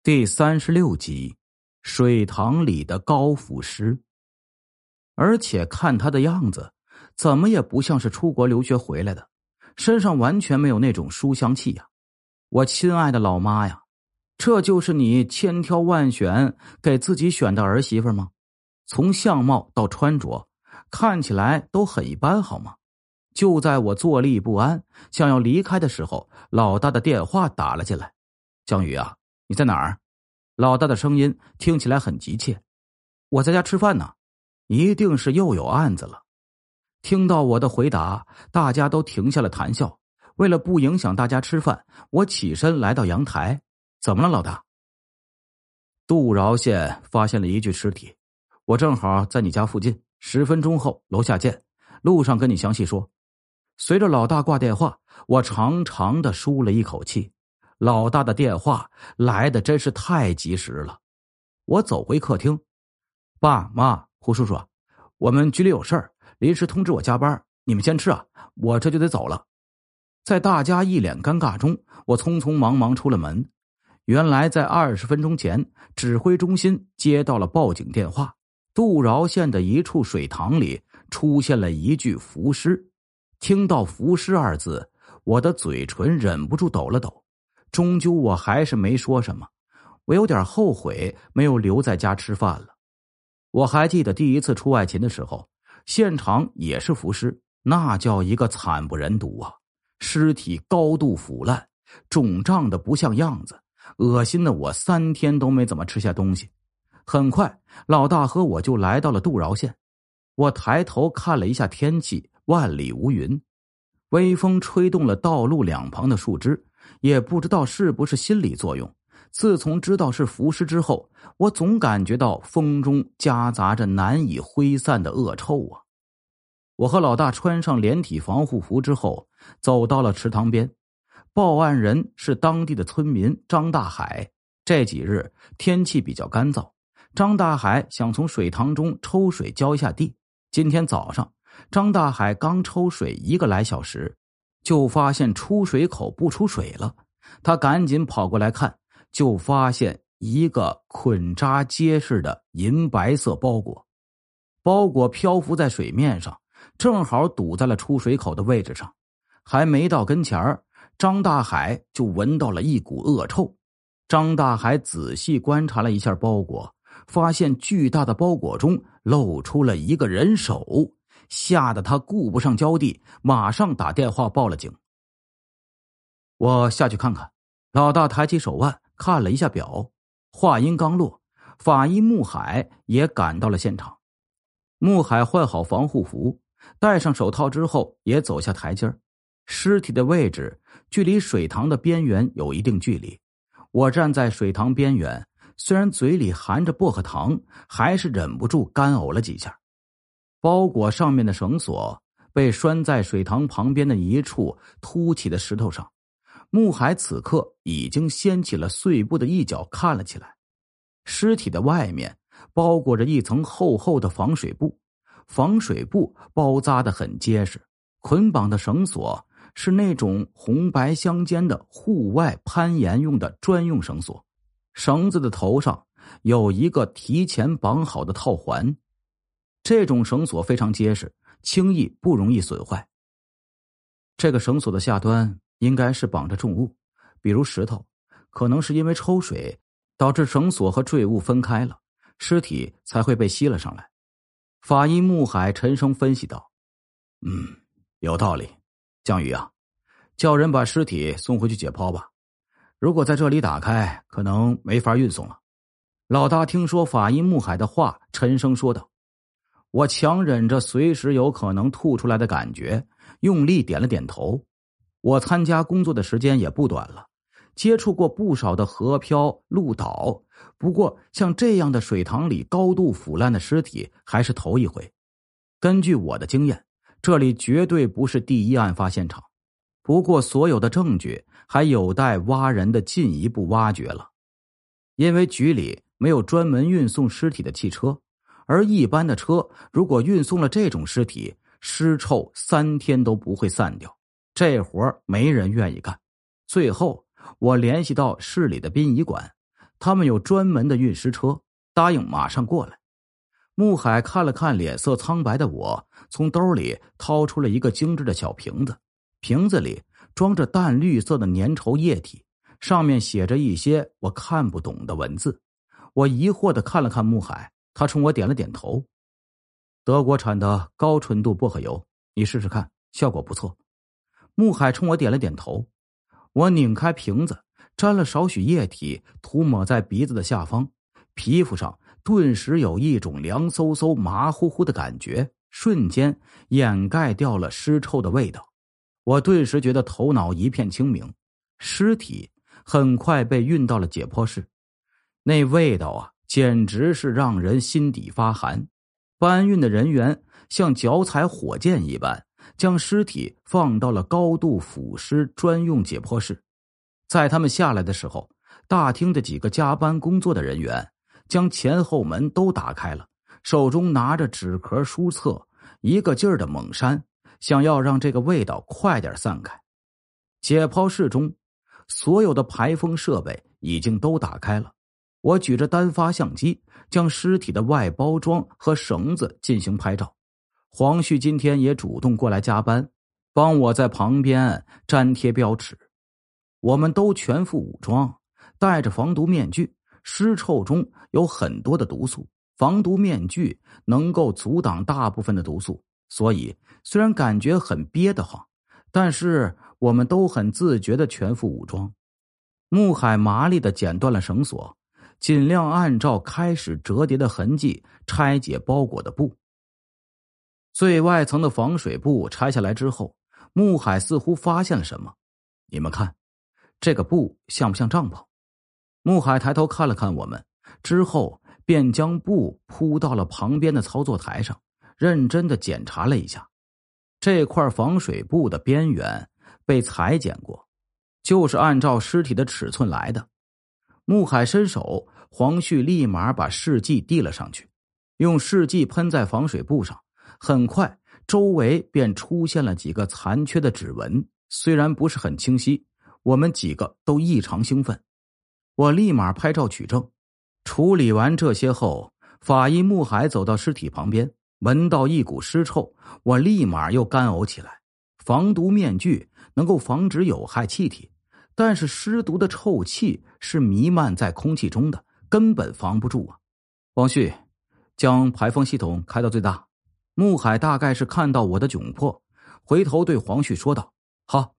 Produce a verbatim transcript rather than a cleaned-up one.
第三十六集，水塘里的高腐尸。而且看他的样子，怎么也不像是出国留学回来的，身上完全没有那种书香气呀！我亲爱的老妈呀，这就是你千挑万选给自己选的儿媳妇吗？从相貌到穿着，看起来都很一般好吗？就在我坐立不安，想要离开的时候，老大的电话打了进来。江宇啊，你在哪儿？老大的声音听起来很急切。我在家吃饭呢，一定是又有案子了。听到我的回答，大家都停下了谈笑。为了不影响大家吃饭，我起身来到阳台。怎么了，老大？杜饶县发现了一具尸体，我正好在你家附近，十分钟后楼下见，路上跟你详细说。随着老大挂电话，我长长的舒了一口气。老大的电话来的真是太及时了。我走回客厅，爸妈，胡叔叔，我们局里有事儿，临时通知我加班，你们先吃啊，我这就得走了。在大家一脸尴尬中，我匆匆忙忙出了门。原来在二十分钟前，指挥中心接到了报警电话，杜饶县的一处水塘里出现了一具浮尸。听到浮尸二字，我的嘴唇忍不住抖了抖。终究我还是没说什么，我有点后悔没有留在家吃饭了。我还记得第一次出外勤的时候，现场也是浮尸，那叫一个惨不忍睹啊！尸体高度腐烂，肿胀的不像样子，恶心的我三天都没怎么吃下东西。很快，老大和我就来到了杜饶县。我抬头看了一下天气，万里无云，微风吹动了道路两旁的树枝。也不知道是不是心理作用，自从知道是浮尸之后，我总感觉到风中夹杂着难以挥散的恶臭啊！我和老大穿上连体防护服之后，走到了池塘边。报案人是当地的村民张大海。这几日天气比较干燥，张大海想从水塘中抽水浇一下地。今天早上，张大海刚抽水一个来小时，就发现出水口不出水了，他赶紧跑过来看，就发现一个捆扎结实的银白色包裹。包裹漂浮在水面上，正好堵在了出水口的位置上。还没到跟前儿，张大海就闻到了一股恶臭。张大海仔细观察了一下包裹，发现巨大的包裹中露出了一个人手，吓得他顾不上浇地，马上打电话报了警。我下去看看。老大抬起手腕看了一下表，话音刚落，法医穆海也赶到了现场。穆海换好防护服，戴上手套之后也走下台阶儿。尸体的位置距离水塘的边缘有一定距离，我站在水塘边缘，虽然嘴里含着薄荷糖，还是忍不住干呕了几下。包裹上面的绳索被拴在水塘旁边的一处凸起的石头上。穆海此刻已经掀起了碎布的一角看了起来。尸体的外面包裹着一层厚厚的防水布，防水布包扎得很结实，捆绑的绳索是那种红白相间的户外攀岩用的专用绳索，绳子的头上有一个提前绑好的套环。这种绳索非常结实，轻易不容易损坏。这个绳索的下端应该是绑着重物，比如石头，可能是因为抽水导致绳索和坠物分开了，尸体才会被吸了上来。法医穆海沉声分析道：嗯，有道理。江宇啊，叫人把尸体送回去解剖吧，如果在这里打开，可能没法运送了。老大听说法医穆海的话，沉声说道。我强忍着随时有可能吐出来的感觉，用力点了点头。我参加工作的时间也不短了，接触过不少的河漂路倒，不过像这样的水塘里高度腐烂的尸体还是头一回。根据我的经验，这里绝对不是第一案发现场，不过所有的证据还有待挖人的进一步挖掘了。因为局里没有专门运送尸体的汽车，而一般的车如果运送了这种尸体，尸臭三天都不会散掉，这活儿没人愿意干。最后我联系到市里的殡仪馆， 他们有专门的运尸车，答应马上过来。穆海看了看脸色苍白的我，从兜里掏出了一个精致的小瓶子，瓶子里装着淡绿色的粘稠液体，上面写着一些我看不懂的文字。我疑惑地看了看穆海，他冲我点了点头。德国产的高纯度薄荷油，你试试看，效果不错。穆海冲我点了点头。我拧开瓶子，沾了少许液体，涂抹在鼻子的下方，皮肤上顿时有一种凉飕飕麻乎乎的感觉，瞬间掩盖掉了尸臭的味道。我顿时觉得头脑一片清明。尸体很快被运到了解剖室，那味道啊，简直是让人心底发寒。搬运的人员像脚踩火箭一般，将尸体放到了高度腐尸专用解剖室。在他们下来的时候，大厅的几个加班工作的人员将前后门都打开了，手中拿着纸壳书册，一个劲儿的猛扇，想要让这个味道快点散开。解剖室中所有的排风设备已经都打开了，我举着单发相机将尸体的外包装和绳子进行拍照。黄旭今天也主动过来加班，帮我在旁边粘贴标尺。我们都全副武装，戴着防毒面具，尸臭中有很多的毒素，防毒面具能够阻挡大部分的毒素，所以虽然感觉很憋得慌，但是我们都很自觉的全副武装。穆海麻利的剪断了绳索，尽量按照开始折叠的痕迹拆解包裹的布。最外层的防水布拆下来之后，穆海似乎发现了什么。你们看，这个布像不像帐篷？穆海抬头看了看我们，之后便将布铺到了旁边的操作台上，认真的检查了一下。这块防水布的边缘被裁剪过，就是按照尸体的尺寸来的。穆海伸手，黄旭立马把试剂递了上去，用试剂喷在防水布上，很快周围便出现了几个残缺的指纹，虽然不是很清晰，我们几个都异常兴奋。我立马拍照取证。处理完这些后，法医穆海走到尸体旁边，闻到一股尸臭，我立马又干呕起来。防毒面具能够防止有害气体，但是尸毒的臭气是弥漫在空气中的，根本防不住啊。王旭，将排风系统开到最大。穆海大概是看到我的窘迫，回头对黄旭说道：好。